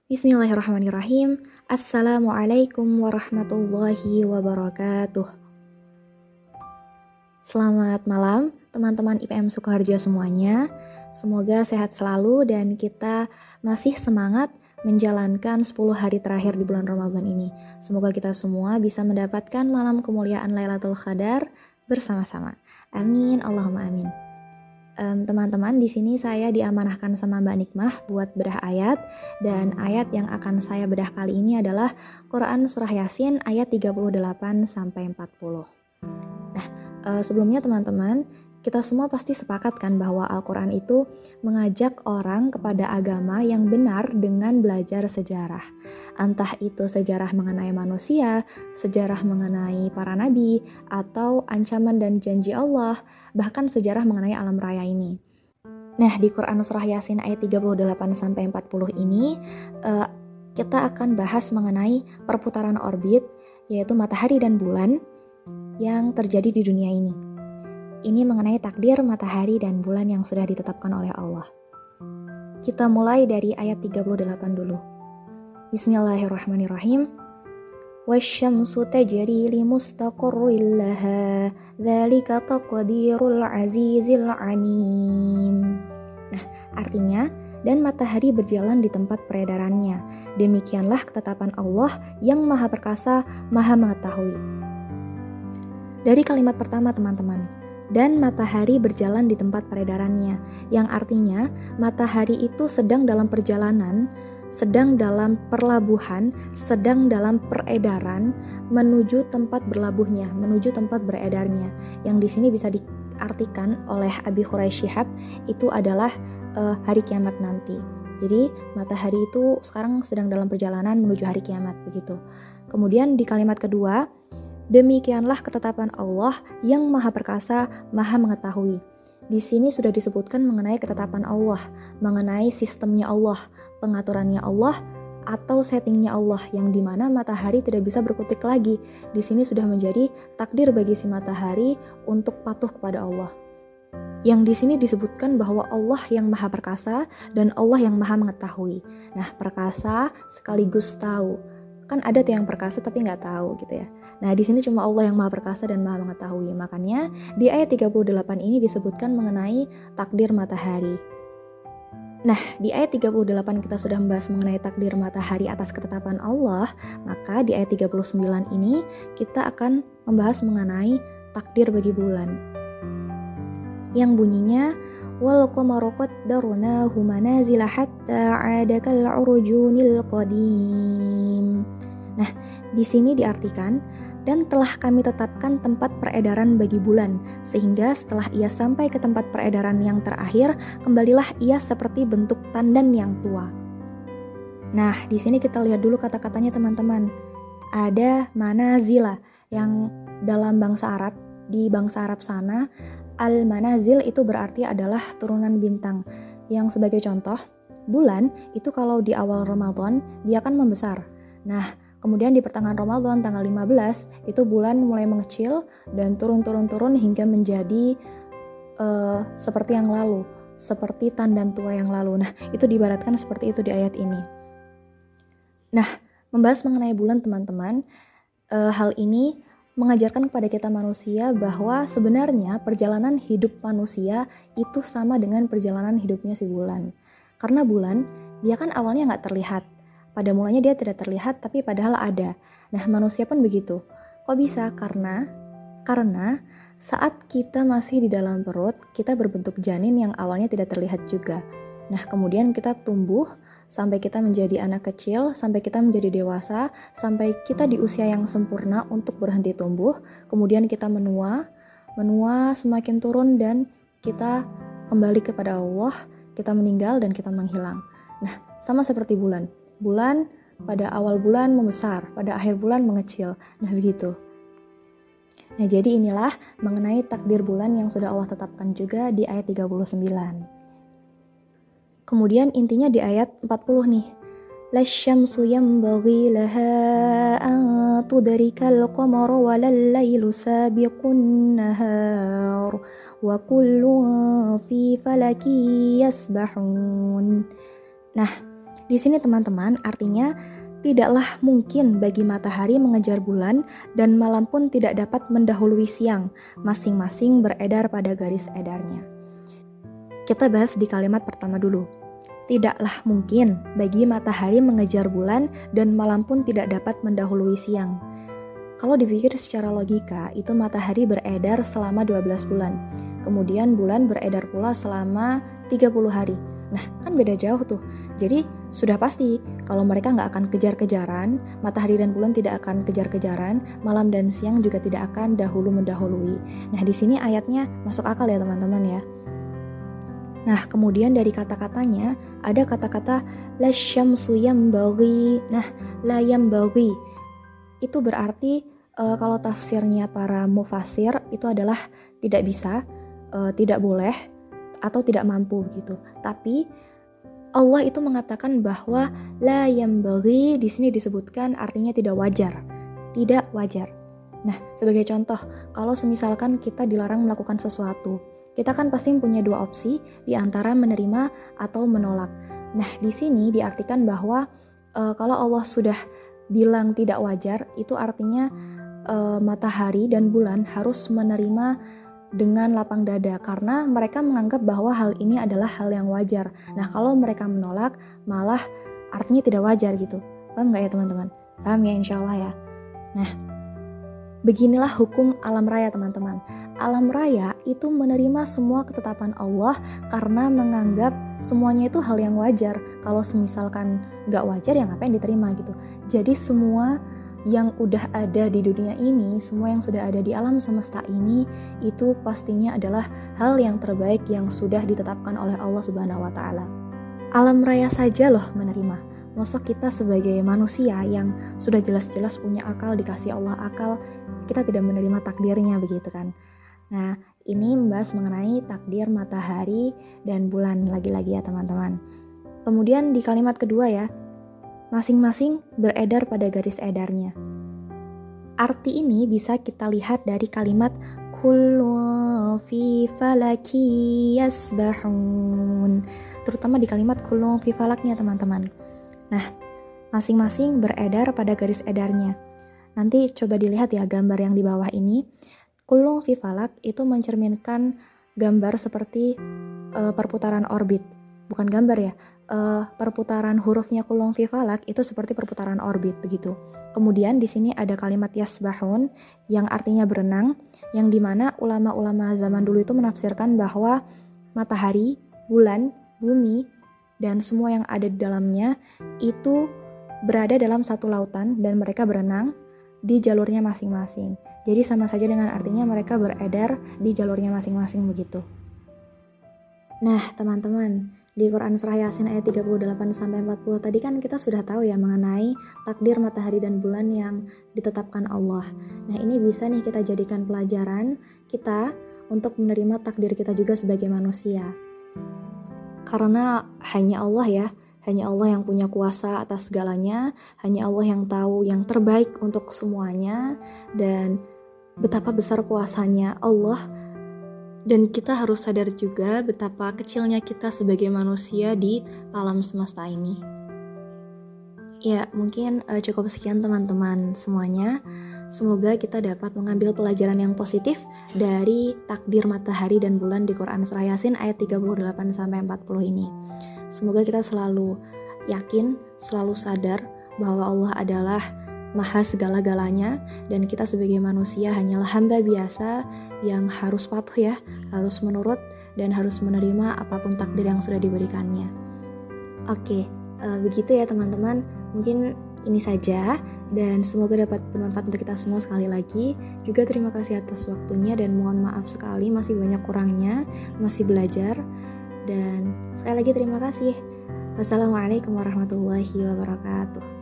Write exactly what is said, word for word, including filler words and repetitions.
Bismillahirrahmanirrahim. Assalamualaikum warahmatullahi wabarakatuh. Selamat malam teman-teman I P M Sukoharjo semuanya. Semoga sehat selalu dan kita masih semangat menjalankan sepuluh hari terakhir di bulan Ramadan ini. Semoga kita semua bisa mendapatkan malam kemuliaan Lailatul Qadar bersama-sama. Amin, Allahumma amin. Um, teman-teman, di sini saya diamanahkan sama Mbak Nikmah buat bedah ayat, dan ayat yang akan saya bedah kali ini adalah Quran Surah Yasin ayat tiga puluh delapan sampai empat puluh. Nah, uh, sebelumnya teman-teman, kita semua pasti sepakat kan bahwa Al-Quran itu mengajak orang kepada agama yang benar dengan belajar sejarah. Entah itu sejarah mengenai manusia, sejarah mengenai para nabi, atau ancaman dan janji Allah, bahkan sejarah mengenai alam raya ini. Nah, di Quran Surah Yasin ayat tiga puluh delapan sampai empat puluh ini, uh, kita akan bahas mengenai perputaran orbit, yaitu matahari dan bulan yang terjadi di dunia ini. Ini mengenai takdir matahari dan bulan yang sudah ditetapkan oleh Allah. Kita mulai dari ayat tiga puluh delapan dulu. Bismillahirrahmanirrahim. Wasyamsu tajri limustaqarril laha, dzalika taqdirul azizil alim. Nah, artinya, dan matahari berjalan di tempat peredarannya. Demikianlah ketetapan Allah yang Maha Perkasa, Maha Mengetahui. Dari kalimat pertama, teman-teman, dan matahari berjalan di tempat peredarannya, yang artinya matahari itu sedang dalam perjalanan, sedang dalam perlabuhan, sedang dalam peredaran menuju tempat berlabuhnya, menuju tempat beredarnya. Yang di sini bisa diartikan oleh Abi Khuraish Shihab itu adalah uh, hari kiamat nanti. Jadi matahari itu sekarang sedang dalam perjalanan menuju hari kiamat, begitu. Kemudian di kalimat kedua, demikianlah ketetapan Allah yang Maha Perkasa, Maha Mengetahui. Di sini sudah disebutkan mengenai ketetapan Allah, mengenai sistemnya Allah, pengaturannya Allah, atau settingnya Allah, yang dimana matahari tidak bisa berkutik lagi. Di sini sudah menjadi takdir bagi si matahari untuk patuh kepada Allah. Yang di sini disebutkan bahwa Allah yang Maha Perkasa dan Allah yang Maha Mengetahui. Nah, perkasa sekaligus tahu. Kan ada tuh yang perkasa tapi nggak tahu gitu ya. Nah, di sini cuma Allah yang Maha Perkasa dan Maha Mengetahui. Makanya di ayat tiga puluh delapan ini disebutkan mengenai takdir matahari. Nah, di ayat tiga puluh delapan kita sudah membahas mengenai takdir matahari atas ketetapan Allah. Maka di ayat tiga puluh sembilan ini kita akan membahas mengenai takdir bagi bulan, yang bunyinya wal qamaru qaddarnahu manazila hatta 'ada kal 'urjunil qadim. Nah, di sini diartikan, dan telah kami tetapkan tempat peredaran bagi bulan, sehingga setelah ia sampai ke tempat peredaran yang terakhir, kembalilah ia seperti bentuk tandan yang tua. Nah, di sini kita lihat dulu kata-katanya teman-teman. Ada manazila, yang dalam bangsa Arab, di bangsa Arab sana, al-manazil itu berarti adalah turunan bintang. Yang sebagai contoh, bulan itu kalau di awal Ramadan, dia akan membesar. Nah, kemudian di pertengahan Ramadan tanggal lima belas itu bulan mulai mengecil dan turun-turun-turun hingga menjadi uh, seperti yang lalu, seperti tandan tua yang lalu. Nah, itu diibaratkan seperti itu di ayat ini. Nah, membahas mengenai bulan teman-teman, uh, hal ini mengajarkan kepada kita manusia bahwa sebenarnya perjalanan hidup manusia itu sama dengan perjalanan hidupnya si bulan. Karena bulan, dia kan awalnya nggak terlihat. Pada mulanya dia tidak terlihat, tapi padahal ada. Nah, manusia pun begitu. Kok bisa? Karena karena saat kita masih di dalam perut, kita berbentuk janin yang awalnya tidak terlihat juga. Nah, kemudian kita tumbuh sampai kita menjadi anak kecil, sampai kita menjadi dewasa, sampai kita di usia yang sempurna untuk berhenti tumbuh. Kemudian kita menua, menua semakin turun dan kita kembali kepada Allah, kita meninggal dan kita menghilang. Nah, sama seperti bulan. Bulan pada awal bulan membesar, pada akhir bulan mengecil. Nah, begitu. Nah, jadi inilah mengenai takdir bulan yang sudah Allah tetapkan juga di ayat tiga puluh sembilan. Kemudian intinya di ayat empat puluh nih. Lasyamsu yanbaghi laha an tudrikal qamara walal lailu sabiqun nahar wa kullun fi falaki yasbahun. Nah, Di sini teman-teman, artinya tidaklah mungkin bagi matahari mengejar bulan dan malam pun tidak dapat mendahului siang, masing-masing beredar pada garis edarnya. Kita bahas di kalimat pertama dulu. Tidaklah mungkin bagi matahari mengejar bulan dan malam pun tidak dapat mendahului siang. Kalau dipikir secara logika, itu matahari beredar selama dua belas bulan. Kemudian bulan beredar pula selama tiga puluh hari. Nah, kan beda jauh tuh. Jadi, sudah pasti kalau mereka nggak akan kejar-kejaran, matahari dan bulan tidak akan kejar-kejaran, malam dan siang juga tidak akan dahulu-mendahului. Nah, di sini ayatnya masuk akal ya teman-teman ya. Nah, kemudian dari kata-katanya, ada kata-kata la syamsu yambaghi. Nah, la yambaghi itu berarti e, kalau tafsirnya para mufassir itu adalah tidak bisa, e, tidak boleh, atau tidak mampu gitu. Tapi Allah itu mengatakan bahwa la yambaghi di sini disebutkan artinya tidak wajar. Tidak wajar. Nah, sebagai contoh, kalau semisalkan kita dilarang melakukan sesuatu, kita kan pasti punya dua opsi di antara menerima atau menolak. Nah, di sini diartikan bahwa e, kalau Allah sudah bilang tidak wajar, itu artinya e, matahari dan bulan harus menerima dengan lapang dada karena mereka menganggap bahwa hal ini adalah hal yang wajar. Nah, kalau mereka menolak malah artinya tidak wajar gitu. Paham nggak ya teman-teman? Paham ya insya Allah ya. Nah, beginilah hukum alam raya teman-teman. Alam raya itu menerima semua ketetapan Allah karena menganggap semuanya itu hal yang wajar. Kalau semisalkan nggak wajar ya ngapain diterima gitu. Jadi semua yang udah ada di dunia ini, semua yang sudah ada di alam semesta ini, itu pastinya adalah hal yang terbaik yang sudah ditetapkan oleh Allah Subhanahu wa Ta'ala. Alam raya saja loh menerima. Masa kita sebagai manusia yang sudah jelas-jelas punya akal, dikasih Allah akal, kita tidak menerima takdirnya begitu kan. Nah, ini membahas mengenai takdir matahari dan bulan lagi-lagi ya teman-teman. Kemudian di kalimat kedua ya, masing-masing beredar pada garis edarnya. Arti ini bisa kita lihat dari kalimat kullu fi falaki yasbahun, terutama di kalimat kullu fi falaknya teman-teman. Nah, masing-masing beredar pada garis edarnya. Nanti coba dilihat ya gambar yang di bawah ini. Kullu fi falak itu mencerminkan gambar seperti uh, perputaran orbit. Bukan gambar ya. Uh, perputaran hurufnya kulung fi falak itu seperti perputaran orbit begitu. Kemudian di sini ada kalimat yasbahun yang artinya berenang, yang dimana ulama-ulama zaman dulu itu menafsirkan bahwa matahari, bulan, bumi, dan semua yang ada di dalamnya itu berada dalam satu lautan dan mereka berenang di jalurnya masing-masing. Jadi sama saja dengan artinya mereka beredar di jalurnya masing-masing begitu. Nah, teman-teman, di Quran Surah Yasin ayat tiga puluh delapan sampai empat puluh tadi kan kita sudah tahu ya mengenai takdir matahari dan bulan yang ditetapkan Allah. Nah, ini bisa nih kita jadikan pelajaran kita untuk menerima takdir kita juga sebagai manusia. Karena hanya Allah ya, hanya Allah yang punya kuasa atas segalanya, hanya Allah yang tahu yang terbaik untuk semuanya, dan betapa besar kuasanya Allah. Dan kita harus sadar juga betapa kecilnya kita sebagai manusia di alam semesta ini. Ya, mungkin uh, cukup sekian teman-teman semuanya. Semoga kita dapat mengambil pelajaran yang positif dari takdir matahari dan bulan di Quran Surah Yasin ayat tiga puluh delapan sampai empat puluh ini. Semoga kita selalu yakin, selalu sadar bahwa Allah adalah Maha segala-galanya, dan kita sebagai manusia hanyalah hamba biasa yang harus patuh ya, harus menurut dan harus menerima apapun takdir yang sudah diberikannya. Oke, uh, begitu ya teman-teman. Mungkin ini saja, dan semoga dapat bermanfaat untuk kita semua. Sekali lagi juga terima kasih atas waktunya, dan mohon maaf sekali masih banyak kurangnya, masih belajar. Dan sekali lagi terima kasih. Wassalamualaikum warahmatullahi wabarakatuh.